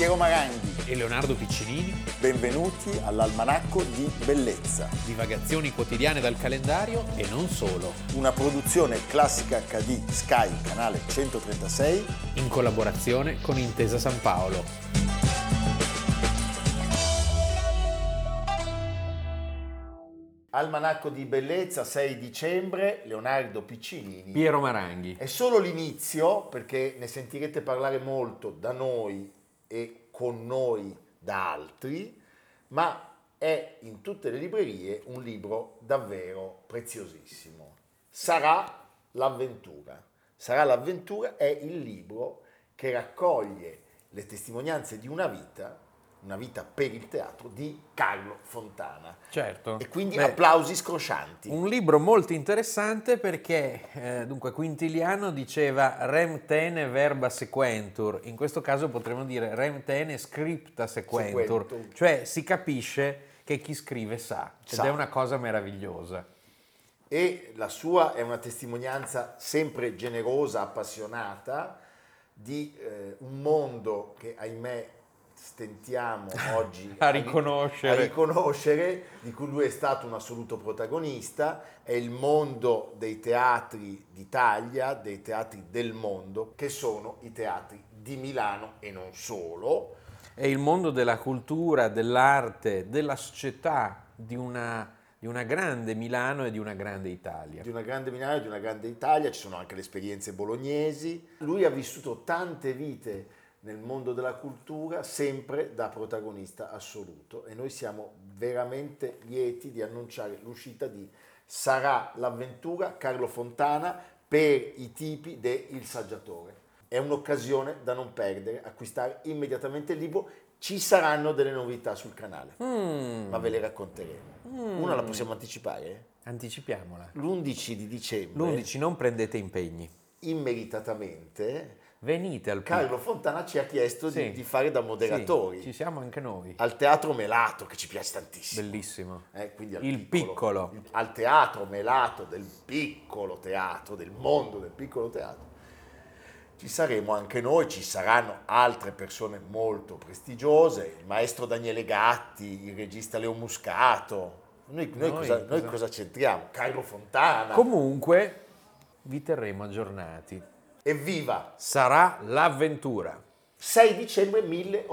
Piero Maranghi e Leonardo Piccinini. Benvenuti all'Almanacco di Bellezza. Divagazioni quotidiane dal calendario e non solo. Una produzione Classica HD Sky, canale 136. In collaborazione con Intesa San Paolo. Almanacco di Bellezza, 6 dicembre, Leonardo Piccinini. Piero Maranghi. È solo l'inizio, perché ne sentirete parlare molto da noi e con noi da altri, ma è in tutte le librerie un libro davvero preziosissimo. Sarà l'avventura. Sarà l'avventura è il libro che raccoglie le testimonianze di una vita per il teatro di Carlo Fontana. Certo. E quindi applausi scroscianti. Un libro molto interessante perché, dunque, Quintiliano diceva rem tene verba sequentur, in questo caso potremmo dire rem tene scripta sequentur, cioè si capisce che chi scrive sa, ed è una cosa meravigliosa. E la sua è una testimonianza sempre generosa, appassionata, di un mondo che, ahimè, stentiamo oggi a riconoscere, di cui lui è stato un assoluto protagonista. È il mondo dei teatri d'Italia, dei teatri del mondo, che sono i teatri di Milano e non solo. È il mondo della cultura, dell'arte, della società, di una grande Milano e di una grande Italia. Di una grande Milano e di una grande Italia, ci sono anche le esperienze bolognesi. Lui ha vissuto tante vite nel mondo della cultura, sempre da protagonista assoluto, e noi siamo veramente lieti di annunciare l'uscita di Sarà l'avventura, Carlo Fontana, per i tipi de Il Saggiatore. È un'occasione da non perdere, acquistare immediatamente il libro. Ci saranno delle novità sul canale, ma ve le racconteremo. Una la possiamo anticipare? Anticipiamola. L'11 di dicembre. L'11, non prendete impegni. Immeritatamente. Venite al Carlo Fontana ci ha chiesto di fare da moderatori. Sì, ci siamo anche noi. Al Teatro Melato, che ci piace tantissimo. Bellissimo. Quindi il piccolo. Al Teatro Melato del piccolo teatro, del mondo del piccolo teatro. Ci saremo anche noi, ci saranno altre persone molto prestigiose, il maestro Daniele Gatti, il regista Leo Muscato. Noi cosa c'entriamo? Carlo Fontana. Comunque vi terremo aggiornati. Evviva! Sarà l'avventura. 6 dicembre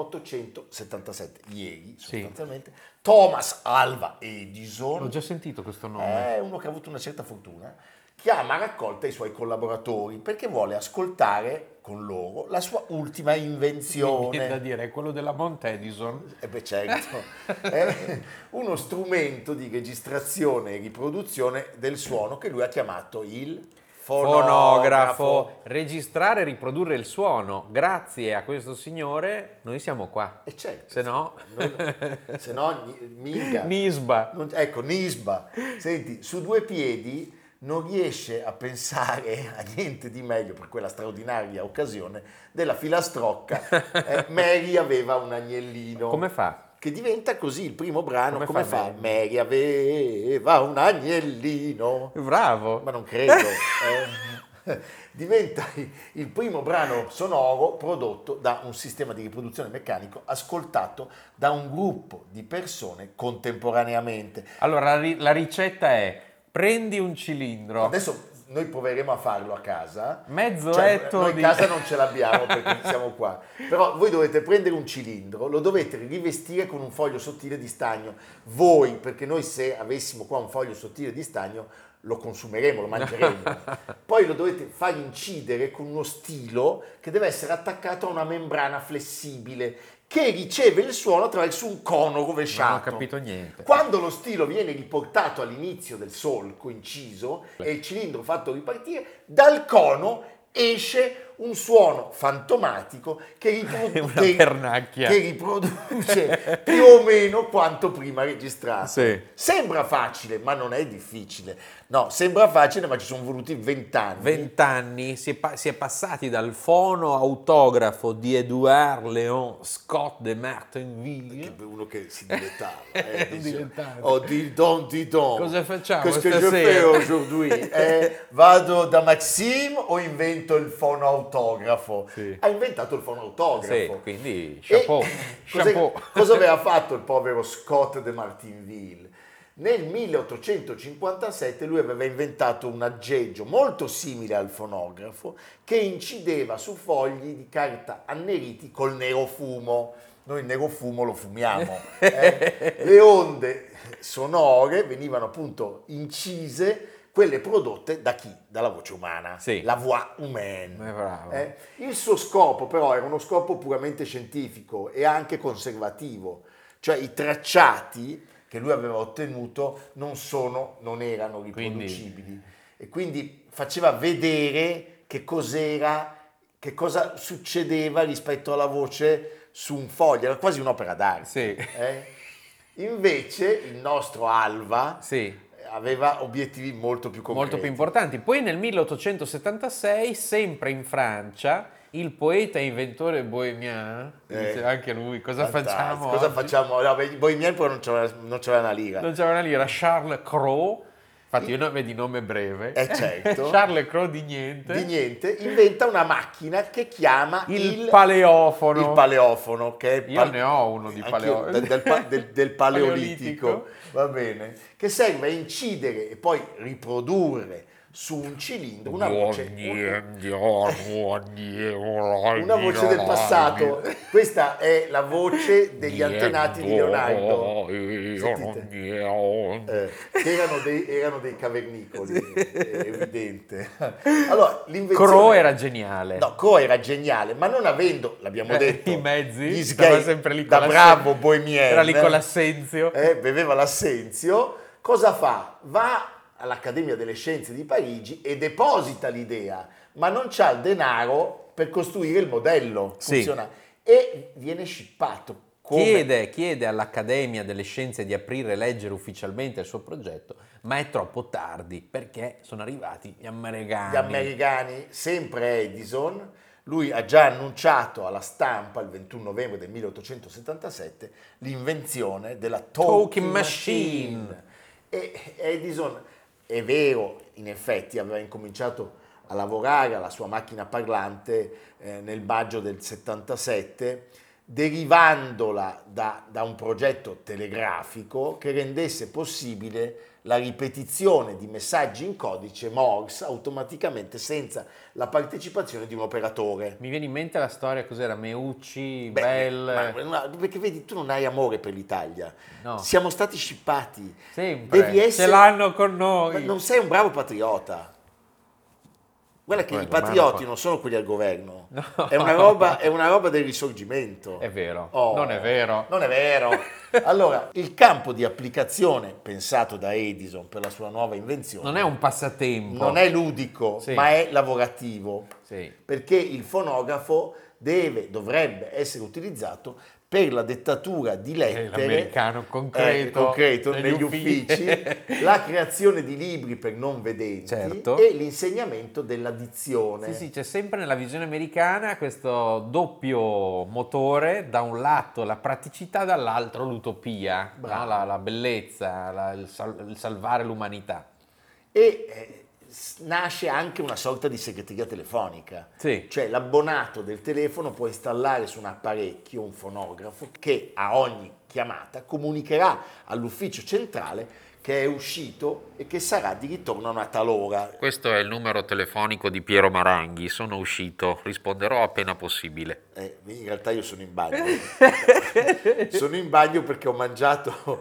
1877, ieri sostanzialmente, Sì. Thomas Alva Edison. Ho già sentito questo nome. È uno che ha avuto una certa fortuna, chiama a raccolta i suoi collaboratori perché vuole ascoltare con loro la sua ultima invenzione. Mi viene da dire, è quello della Mount Edison. Certo, è uno strumento di registrazione e riproduzione del suono che lui ha chiamato il fonografo. Registrare e riprodurre il suono. Grazie a questo signore noi siamo qua. E certo. Se no mica. Nisba. Nisba. Senti, su due piedi non riesce a pensare a niente di meglio per quella straordinaria occasione della filastrocca. Mary aveva un agnellino. Come fa? Che diventa così il primo brano. Come fa? Mary? Mary aveva un agnellino. Bravo. Ma non credo. Diventa il primo brano sonoro prodotto da un sistema di riproduzione meccanico ascoltato da un gruppo di persone contemporaneamente. Allora la ricetta è: prendi un cilindro. Adesso noi proveremo a farlo a casa. Noi a casa non ce l'abbiamo perché siamo qua. Però voi dovete prendere un cilindro, lo dovete rivestire con un foglio sottile di stagno. Voi, perché noi se avessimo qua un foglio sottile di stagno lo consumeremo, lo mangeremo. Poi lo dovete far incidere con uno stilo che deve essere attaccato a una membrana flessibile che riceve il suono attraverso un cono rovesciato. Non ho capito niente. Quando lo stilo viene riportato all'inizio del solco inciso e il cilindro fatto ripartire, dal cono esce un suono fantomatico che riproduce più o meno quanto prima registrato. Sì. Sembra facile, ma non è difficile. No, sembra facile, ma ci sono voluti 20 anni. 20 anni, si è passati dal fonoautografo di Edouard Léon Scott de Martinville. Che uno che si dilettava. Dilettava. Dis donc. Cosa facciamo Qu'est-ce que je stasera? fais aujourd'hui? Vado da Maxime o invento il fonoautografo? fonoautografo, ha inventato il fonoautografo. Sì, quindi chapeau. Cosa aveva fatto il povero Scott de Martinville? Nel 1857 lui aveva inventato un aggeggio molto simile al fonografo che incideva su fogli di carta anneriti col nerofumo. Noi il nerofumo lo fumiamo. Le onde sonore venivano appunto incise, quelle prodotte da chi? Dalla voce umana, la voix humaine. Il suo scopo però era uno scopo puramente scientifico e anche conservativo, cioè i tracciati che lui aveva ottenuto non erano riproducibili e quindi faceva vedere che cosa succedeva rispetto alla voce su un foglio, era quasi un'opera d'arte. Invece il nostro Alva aveva obiettivi molto più concreti. Molto più importanti. Poi nel 1876, sempre in Francia, il poeta e inventore Bohémien, dice anche lui, cosa facciamo? Cosa facciamo? No, Bohémien poi non c'era una lira. Non c'era una lira. Charles Cros, infatti io di nome breve. Certo. Charles Cros di niente. Inventa una macchina che chiama il paleofono. Il paleofono, che è io ne ho uno di paleofono. Del paleolitico, va bene, che serve a incidere e poi riprodurre su un cilindro una voce del passato. Questa è la voce degli antenati di Leonardo, che erano dei cavernicoli, è evidente. Allora, Cros era geniale. No, Cros era geniale, ma non avendo, l'abbiamo detto, i mezzi, gli stava sempre lì da bravo Bohémien, era lì con l'assenzio, beveva l'assenzio. Cosa fa? Va all'Accademia delle Scienze di Parigi e deposita l'idea, ma non c'ha il denaro per costruire il modello funzionale e viene scippato. Chiede all'Accademia delle Scienze di aprire e leggere ufficialmente il suo progetto, ma è troppo tardi perché sono arrivati gli americani. Sempre Edison. Lui ha già annunciato alla stampa il 21 novembre del 1877 l'invenzione della talking machine. E Edison, è vero, in effetti aveva incominciato a lavorare alla sua macchina parlante nel maggio del 77, derivandola da un progetto telegrafico che rendesse possibile la ripetizione di messaggi in codice Morse automaticamente senza la partecipazione di un operatore. Mi viene in mente la storia, cos'era? Meucci, Bell... Perché vedi, tu non hai amore per l'Italia. No. Siamo stati scippati. Sempre. Ce l'hanno con noi. Ma non sei un bravo patriota. Guarda che i patrioti non sono quelli al governo, è una roba del risorgimento. È vero, non è vero. Non è vero. Allora, il campo di applicazione pensato da Edison per la sua nuova invenzione non è un passatempo. Non è ludico, ma è lavorativo. Perché il fonografo dovrebbe essere utilizzato per la dettatura di lettere, l'americano concreto negli uffici, la creazione di libri per non vedenti e l'insegnamento della dizione. Sì, c'è sempre nella visione americana questo doppio motore, da un lato la praticità, dall'altro l'utopia, no? La bellezza, il salvare l'umanità. E nasce anche una sorta di segreteria telefonica, cioè l'abbonato del telefono può installare su un apparecchio un fonografo che a ogni chiamata comunicherà all'ufficio centrale che è uscito e che sarà di ritorno a una tal ora. Questo è il numero telefonico di Piero Maranghi, sono uscito, risponderò appena possibile. In realtà io sono in bagno. Sono in bagno perché ho mangiato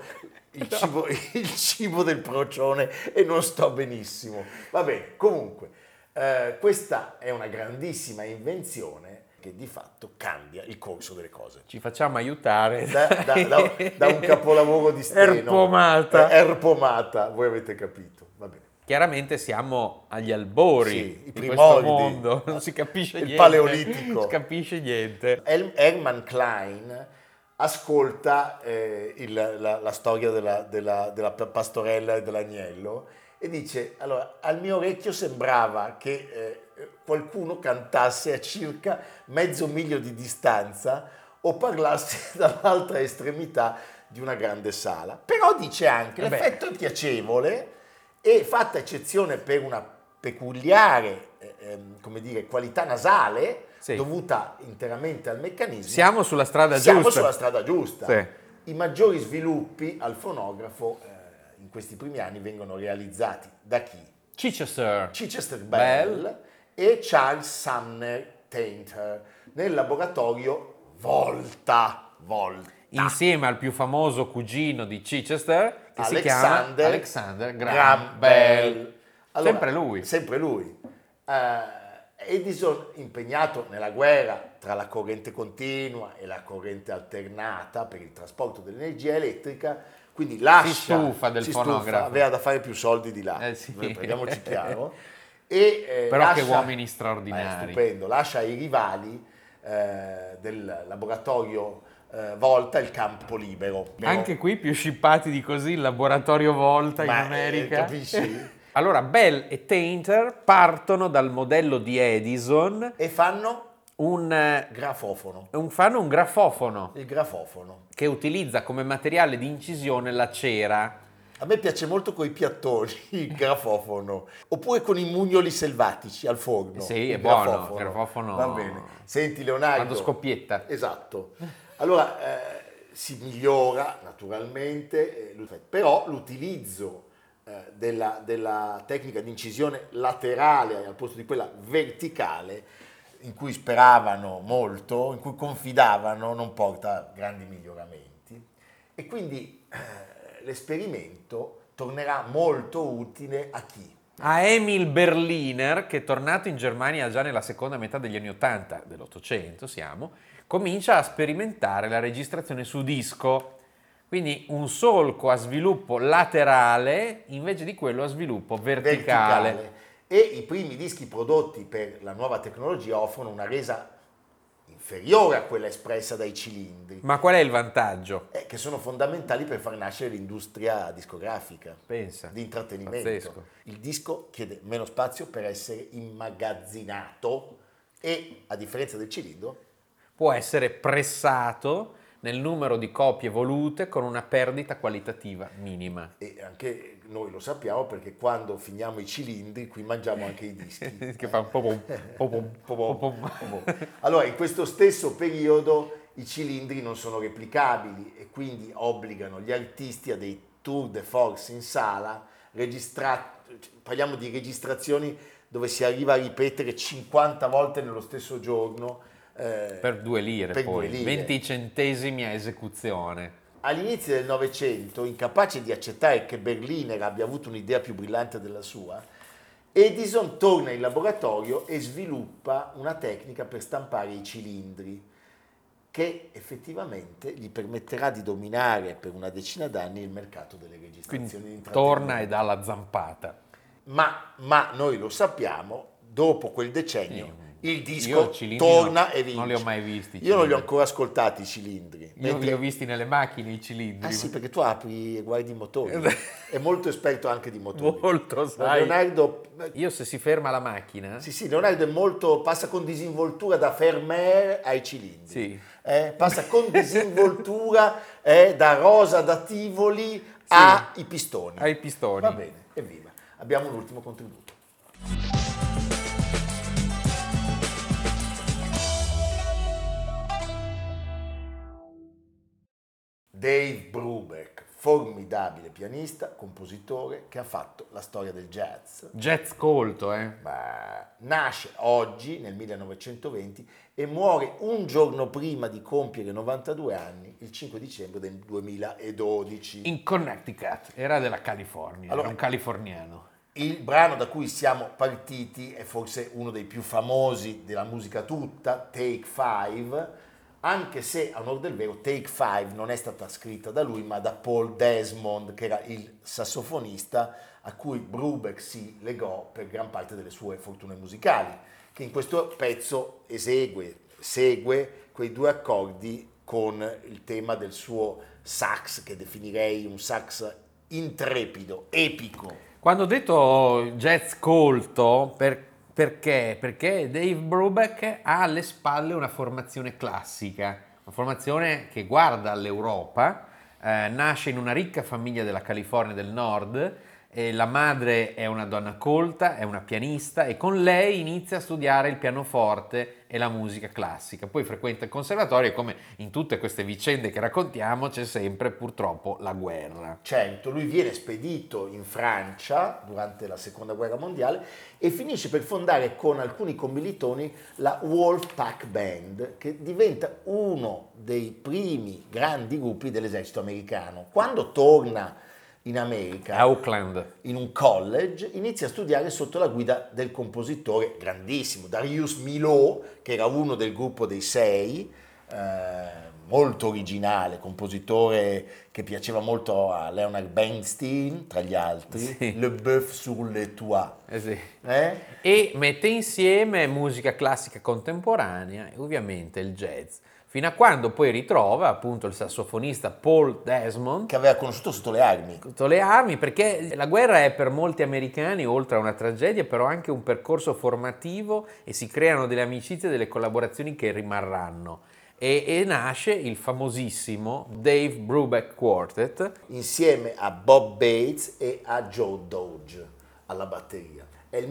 il cibo del procione e non sto benissimo. Va bene, comunque, questa è una grandissima invenzione che di fatto cambia il corso delle cose. Ci facciamo aiutare da un capolavoro di Steno. Erpomata, voi avete capito. Va bene. Chiaramente siamo agli albori di questo mondo, non si capisce niente. Il paleolitico. Non si capisce niente. Hermann Klein ascolta la storia della pastorella e dell'agnello e dice: allora, al mio orecchio sembrava che qualcuno cantasse a circa mezzo miglio di distanza o parlasse dall'altra estremità di una grande sala. Però dice anche l'effetto è piacevole e, fatta eccezione per una peculiare come dire, qualità nasale Sì. dovuta interamente al meccanismo. Siamo sulla strada Siamo giusta. sulla strada giusta. Sì. I maggiori sviluppi al fonografo in questi primi anni vengono realizzati da chi? Chichester. Chichester Bell e Charles Sumner Tainter nel laboratorio Volta. Insieme al più famoso cugino di Chichester, che si chiama Alexander Alexander Graham Bell. Allora, Sempre lui. Sempre lui. Edison, impegnato nella guerra tra la corrente continua e la corrente alternata per il trasporto dell'energia elettrica, quindi lascia, Si stufa del fonografo. aveva da fare più soldi di là, Sì. prendiamoci chiaro. E, Però che lascia, uomini straordinari. è stupendo, lascia ai rivali del laboratorio Volta il campo libero. Anche qui più scippati di così, il laboratorio Volta in America. Capisci? Allora, Bell e Tainter partono dal modello di Edison E fanno un grafofono. fanno un grafofono Il grafofono. che utilizza come materiale di incisione la cera. A me piace molto con i piattoni, il grafofono, oppure con i mugnoli selvatici al forno. Sì, il è buono, il grafofono. Va bene. Senti Leonardo. Quando scoppietta. Esatto. Allora, si migliora naturalmente, però l'utilizzo della tecnica di incisione laterale al posto di quella verticale, in cui speravano molto, in cui confidavano, non porta a grandi miglioramenti. E quindi l'esperimento tornerà molto utile a chi? A Emil Berliner, che è tornato in Germania già nella seconda metà degli anni 80 dell'Ottocento, comincia a sperimentare la registrazione su disco. Quindi un solco a sviluppo laterale invece di quello a sviluppo verticale. E i primi dischi prodotti per la nuova tecnologia offrono una resa inferiore a quella espressa dai cilindri, Ma qual è il vantaggio? che sono fondamentali per far nascere l'industria discografica, Pensa. di intrattenimento. Pazzesco. Il disco chiede meno spazio per essere immagazzinato e, a differenza del cilindro, Può essere pressato nel numero di copie volute con una perdita qualitativa minima. e anche noi lo sappiamo perché quando finiamo i cilindri qui mangiamo anche i dischi. Che fa un po'. Allora, in questo stesso periodo i cilindri non sono replicabili e quindi obbligano gli artisti a dei tour de force in sala, parliamo di registrazioni dove si arriva a ripetere 50 volte nello stesso giorno. Per 2 lire per poi, 2 lire. 20 centesimi a esecuzione. All'inizio del Novecento, incapace di accettare che Berliner abbia avuto un'idea più brillante della sua, Edison torna in laboratorio e sviluppa una tecnica per stampare i cilindri che effettivamente gli permetterà di dominare per una decina d'anni il mercato delle registrazioni di Quindi intrattenimento. torna e dà la zampata. Ma noi lo sappiamo, dopo quel decennio il Io disco i cilindri torna e vince. non li ho mai visti. Io non li ho ancora ascoltati i cilindri. Io li ho visti nelle macchine i cilindri. Ah sì, perché tu apri e guardi i motori. È molto esperto anche di motori. Molto, sai. Leonardo, Io se si ferma la macchina, sì, Leonardo è molto, passa con disinvoltura da Fermer ai cilindri. Sì. Passa con disinvoltura da rosa da Tivoli ai pistoni. ai pistoni. Va bene, evviva. Abbiamo un ultimo contributo. Dave Brubeck, formidabile pianista, compositore che ha fatto la storia del jazz. Jazz colto, Ma nasce oggi, nel 1920, e muore un giorno prima di compiere 92 anni, il 5 dicembre del 2012. In Connecticut, era della California, Allora, era un californiano. Il brano da cui siamo partiti è forse uno dei più famosi della musica tutta, Take Five, anche se a onor del vero Take Five non è stata scritta da lui ma da Paul Desmond, che era il sassofonista a cui Brubeck si legò per gran parte delle sue fortune musicali, che in questo pezzo segue quei 2 accordi con il tema del suo sax, che definirei un sax intrepido, epico. Quando ho detto jazz colto, perché? Perché Dave Brubeck ha alle spalle una formazione classica, una formazione che guarda all'Europa, nasce in una ricca famiglia della California del Nord, e la madre è una donna colta, è una pianista e con lei inizia a studiare il pianoforte e la musica classica. Poi frequenta il conservatorio e come in tutte queste vicende che raccontiamo c'è sempre purtroppo la guerra. Certo, lui viene spedito in Francia durante la seconda guerra mondiale e finisce per fondare con alcuni commilitoni la Wolfpack Band, che diventa uno dei primi grandi gruppi dell'esercito americano. Quando torna in America, Auckland. in un college, inizia a studiare sotto la guida del compositore grandissimo, Darius Milhaud, che era uno del gruppo dei Sei, molto originale, compositore che piaceva molto a Leonard Bernstein, tra gli altri, Sì. Le Bœuf sur le Toits. Sì. Eh? E mette insieme musica classica contemporanea e ovviamente il jazz, fino a quando poi ritrova appunto il sassofonista Paul Desmond Che aveva conosciuto sotto le armi. sotto le armi, perché la guerra è per molti americani, oltre a una tragedia, però anche un percorso formativo e si creano delle amicizie e delle collaborazioni che rimarranno. E nasce il famosissimo Dave Brubeck Quartet. Insieme a Bob Bates e a Joe Dodge alla batteria. È il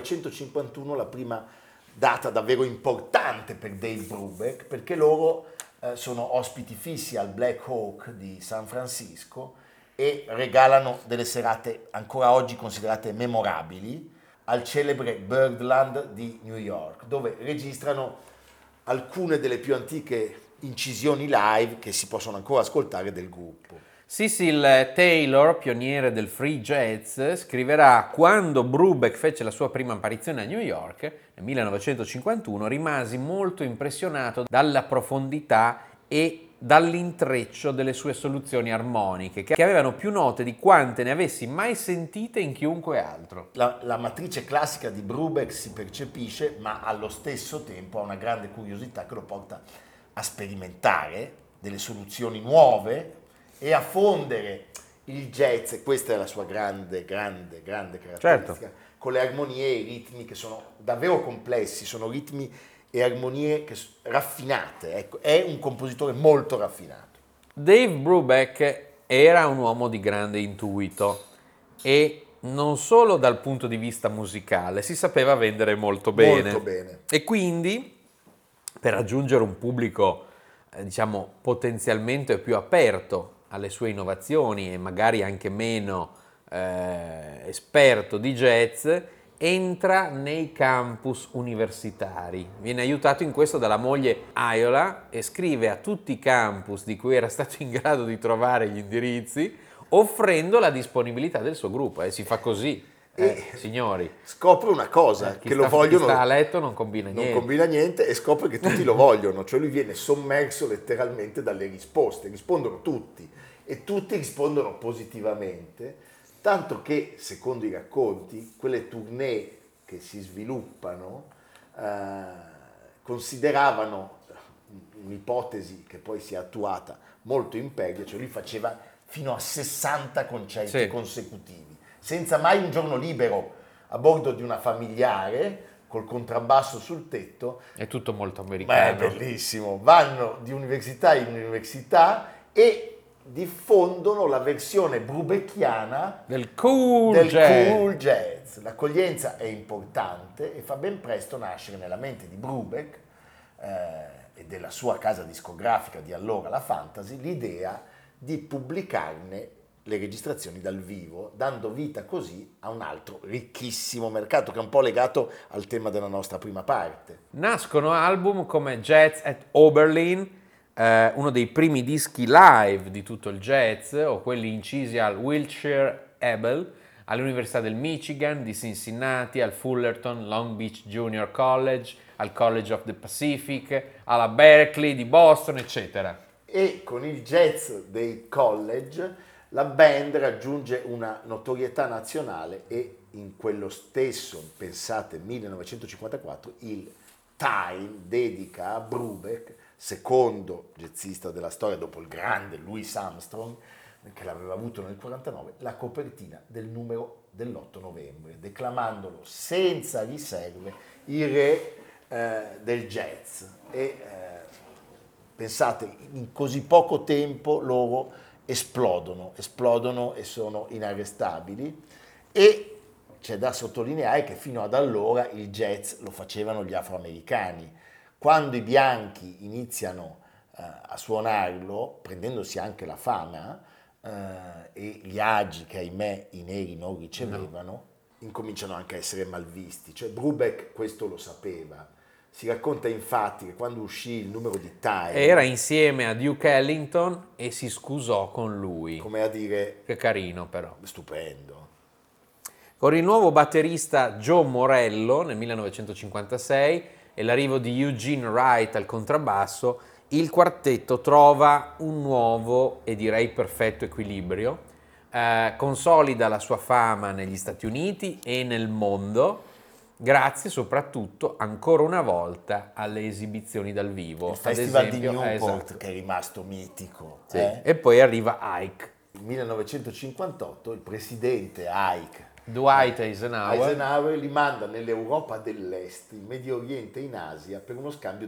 1951 la prima data davvero importante per Dave Brubeck, perché loro sono ospiti fissi al Black Hawk di San Francisco e regalano delle serate ancora oggi considerate memorabili al celebre Birdland di New York, dove registrano alcune delle più antiche incisioni live che si possono ancora ascoltare del gruppo. Cecil Taylor, pioniere del free jazz, scriverà: quando Brubeck fece la sua prima apparizione a New York nel 1951 rimasi molto impressionato dalla profondità e dall'intreccio delle sue soluzioni armoniche, che avevano più note di quante ne avessi mai sentite in chiunque altro. La matrice classica di Brubeck si percepisce, ma allo stesso tempo ha una grande curiosità che lo porta a sperimentare delle soluzioni nuove e a fondere il jazz, e questa è la sua grande caratteristica, Certo. con le armonie e i ritmi che sono davvero complessi, sono ritmi e armonie raffinate, ecco, è un compositore molto raffinato. Dave Brubeck era un uomo di grande intuito e non solo dal punto di vista musicale, si sapeva vendere molto bene. Molto bene. E quindi, per raggiungere un pubblico, diciamo, potenzialmente più aperto alle sue innovazioni e magari anche meno esperto di jazz, entra nei campus universitari. Viene aiutato in questo dalla moglie Ayola e scrive a tutti i campus di cui era stato in grado di trovare gli indirizzi, offrendo la disponibilità del suo gruppo. E si fa così, signori. Scopre una cosa, Chi che lo sta- vogliono... Chi sta a letto non combina Non niente. combina niente e scopre che tutti lo vogliono, cioè lui viene sommerso letteralmente dalle risposte, rispondono tutti e tutti rispondono positivamente, tanto che, secondo i racconti, quelle tournée che si sviluppano consideravano un'ipotesi che poi si è attuata molto impervia, cioè lui faceva fino a 60 concerti Sì. consecutivi, senza mai un giorno libero, a bordo di una familiare, col contrabbasso sul tetto. È tutto molto Ma è americano. bellissimo, vanno di università in università e diffondono la versione brubecchiana Del cool del jazz. cool jazz. L'accoglienza è importante e fa ben presto nascere nella mente di Brubeck e della sua casa discografica di allora, la Fantasy, l'idea di pubblicarne le registrazioni dal vivo, dando vita così a un altro ricchissimo mercato che è un po' legato al tema della nostra prima parte. Nascono album come Jazz at Oberlin, uno dei primi dischi live di tutto il jazz, o quelli incisi al Wilshire Ebel, all'Università del Michigan, di Cincinnati, al Fullerton Long Beach Junior College, al College of the Pacific, alla Berkeley di Boston, eccetera. E con il jazz dei college la band raggiunge una notorietà nazionale e in quello stesso, pensate, 1954, il Time dedica a Brubeck, secondo jazzista della storia dopo il grande Louis Armstrong, che l'aveva avuto nel 1949, la copertina del numero dell'8 novembre, declamandolo senza riserve il re del jazz. E pensate, in così poco tempo loro esplodono e sono inarrestabili E c'è da sottolineare che fino ad allora il jazz lo facevano gli afroamericani. Quando i bianchi iniziano a suonarlo, prendendosi anche la fama, e gli agi che ahimè i neri non ricevevano, incominciano anche a essere malvisti. Cioè Brubeck questo lo sapeva. Si racconta infatti che quando uscì il numero di Time era insieme a Duke Ellington e si scusò con lui. come a dire, Che carino però. stupendo. Con il nuovo batterista Joe Morello nel 1956 e l'arrivo di Eugene Wright al contrabbasso, il quartetto trova un nuovo e direi perfetto equilibrio, consolida la sua fama negli Stati Uniti e nel mondo, grazie soprattutto ancora una volta alle esibizioni dal vivo. Il Festival di Newport, esatto. che è rimasto mitico. Sì. E poi arriva Ike. Nel 1958 il presidente Ike Dwight Eisenhower li manda nell'Europa dell'Est, in Medio Oriente e in Asia per uno scambio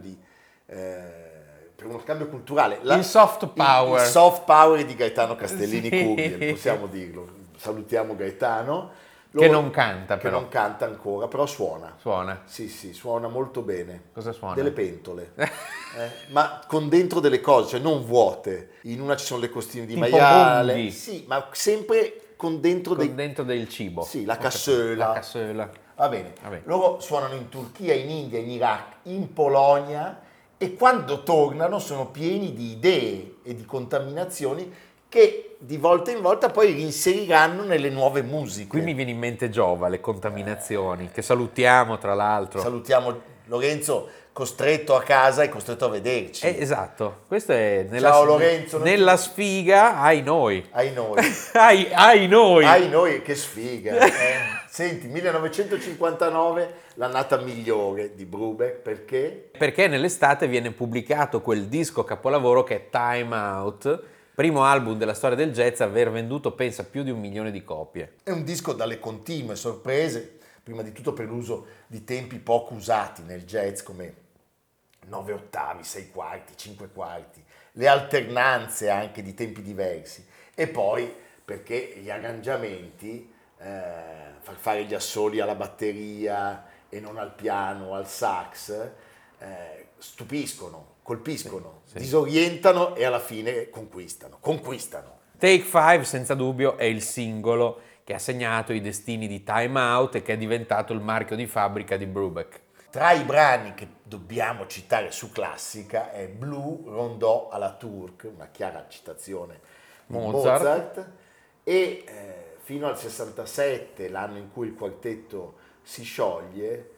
culturale. Il soft power. Il soft power di Gaetano Castellini Sì. Cubiel, possiamo dirlo. Salutiamo Gaetano. Che non canta che però. non canta ancora, però suona. Suona. Sì, suona molto bene. Cosa suona? Delle pentole, ma con dentro delle cose, cioè non vuote. In una ci sono le costine di Tipo maiale, bonghi. sì, ma sempre con dentro Dentro del cibo. Sì, la Ho cassola. capito. La cassola. Va bene. Va bene. Loro suonano in Turchia, in India, in Iraq, in Polonia e quando tornano sono pieni di idee e di contaminazioni che di volta in volta poi rinseriranno nelle nuove musiche. Qui mi viene in mente Giova, le contaminazioni, che salutiamo tra l'altro. Salutiamo Lorenzo, costretto a casa e costretto a vederci. Esatto, questo è nella, Ciao Lorenzo. nella sfiga ai noi. Ai noi. ai noi. Ai noi, che sfiga. Senti, 1959, l'annata migliore di Brubeck, perché? Perché nell'estate viene pubblicato quel disco capolavoro che è Time Out, primo album della storia del jazz a aver venduto, pensa, più di 1 milione di copie. È un disco dalle continue sorprese, prima di tutto per l'uso di tempi poco usati nel jazz come 9 ottavi, 6 quarti, 5 quarti, le alternanze anche di tempi diversi e poi perché gli arrangiamenti, far fare gli assoli alla batteria e non al piano o al sax, stupiscono, colpiscono, Sì. disorientano e alla fine conquistano. Take 5 senza dubbio è il singolo che ha segnato i destini di Time Out e che è diventato il marchio di fabbrica di Brubeck. Tra i brani che dobbiamo citare su Classica è Blue Rondò alla Turk, una chiara citazione di Mozart e fino al 67, l'anno in cui il quartetto si scioglie,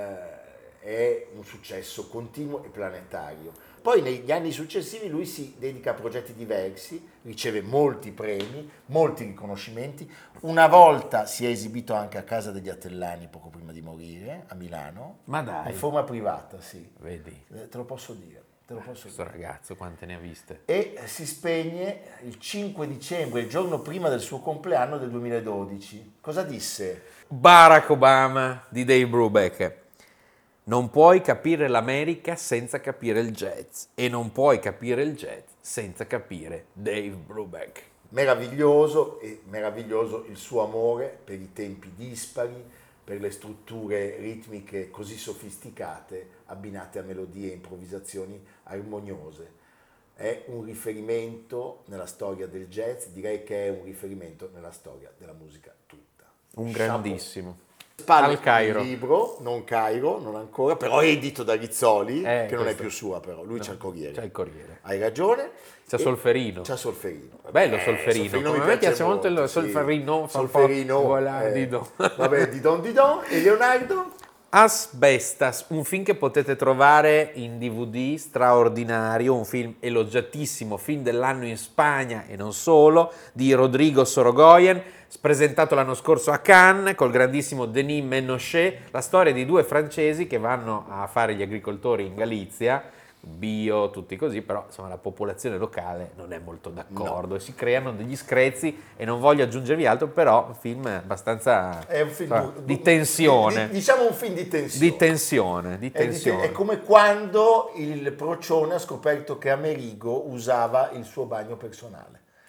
è un successo continuo e planetario. Poi negli anni successivi lui si dedica a progetti diversi, riceve molti premi, molti riconoscimenti. Una volta si è esibito anche a Casa degli Attellani poco prima di morire, a Milano. Ma dai. In forma privata, sì. Vedi, Te lo posso dire. questo ragazzo quante ne ha viste. E si spegne il 5 dicembre, il giorno prima del suo compleanno del 2012. Cosa disse? Barack Obama di Dave Brubeck. Non puoi capire l'America senza capire il jazz e non puoi capire il jazz senza capire Dave Brubeck. Meraviglioso e meraviglioso il suo amore per i tempi dispari, per le strutture ritmiche così sofisticate abbinate a melodie e improvvisazioni armoniose. È un riferimento nella storia del jazz, direi che è un riferimento nella storia della musica tutta. Un grandissimo. Spalle Al Cairo. un libro, non Cairo, non ancora, però edito da Rizzoli, che non è questo. più sua però, lui c'ha il Corriere. C'è il Corriere. Hai ragione. C'è Solferino. C'ha Solferino. Bello Solferino. mi Come a me piace molto il sì. Solferino. Solferino. Voilà, Didon. Vabbè, Didon. E Leonardo? Asbestas, un film che potete trovare in DVD, straordinario, un film elogiatissimo, film dell'anno in Spagna e non solo, di Rodrigo Sorogoyen, presentato l'anno scorso a Cannes col grandissimo Denis Ménochet, la storia di 2 francesi che vanno a fare gli agricoltori in Galizia, bio, tutti così, però insomma la popolazione locale non è molto d'accordo e si creano degli screzi e non voglio aggiungervi altro, però un film abbastanza È un film di tensione. Diciamo un film di tensione. Di tensione. È come quando il Procione ha scoperto che Amerigo usava il suo bagno personale.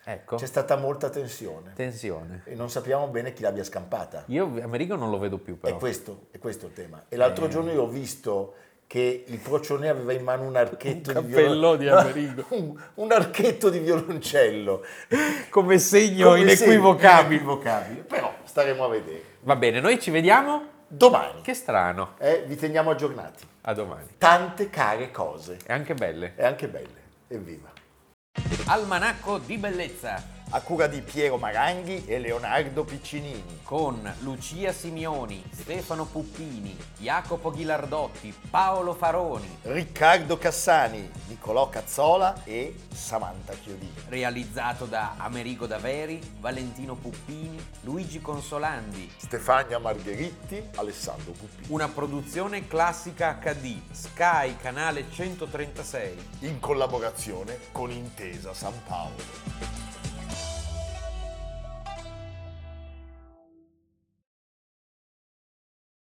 Ecco. C'è stata molta tensione. Tensione. E non sappiamo bene chi l'abbia scampata. Io Amerigo non lo vedo più, però. È questo il tema. E l'altro giorno io ho visto che il Procione aveva in mano un archetto Un cappello di Amerigo. un archetto di violoncello. Come segno inequivocabile. Inequivocabile. Però staremo a vedere. Va bene, noi ci vediamo Domani. Che strano. Vi teniamo aggiornati. A domani. Tante care cose. E anche belle. E anche belle. Evviva. Almanacco di bellezza. A cura di Piero Maranghi e Leonardo Piccinini. Con Lucia Simioni, Stefano Puppini, Jacopo Ghilardotti, Paolo Faroni. Riccardo Cassani, Nicolò Cazzola e Samantha Chiodini. Realizzato da Amerigo Daveri, Valentino Puppini, Luigi Consolandi. Stefania Margheritti, Alessandro Puppini. Una produzione Classica HD, Sky, canale 136. In collaborazione con Intesa San Paolo.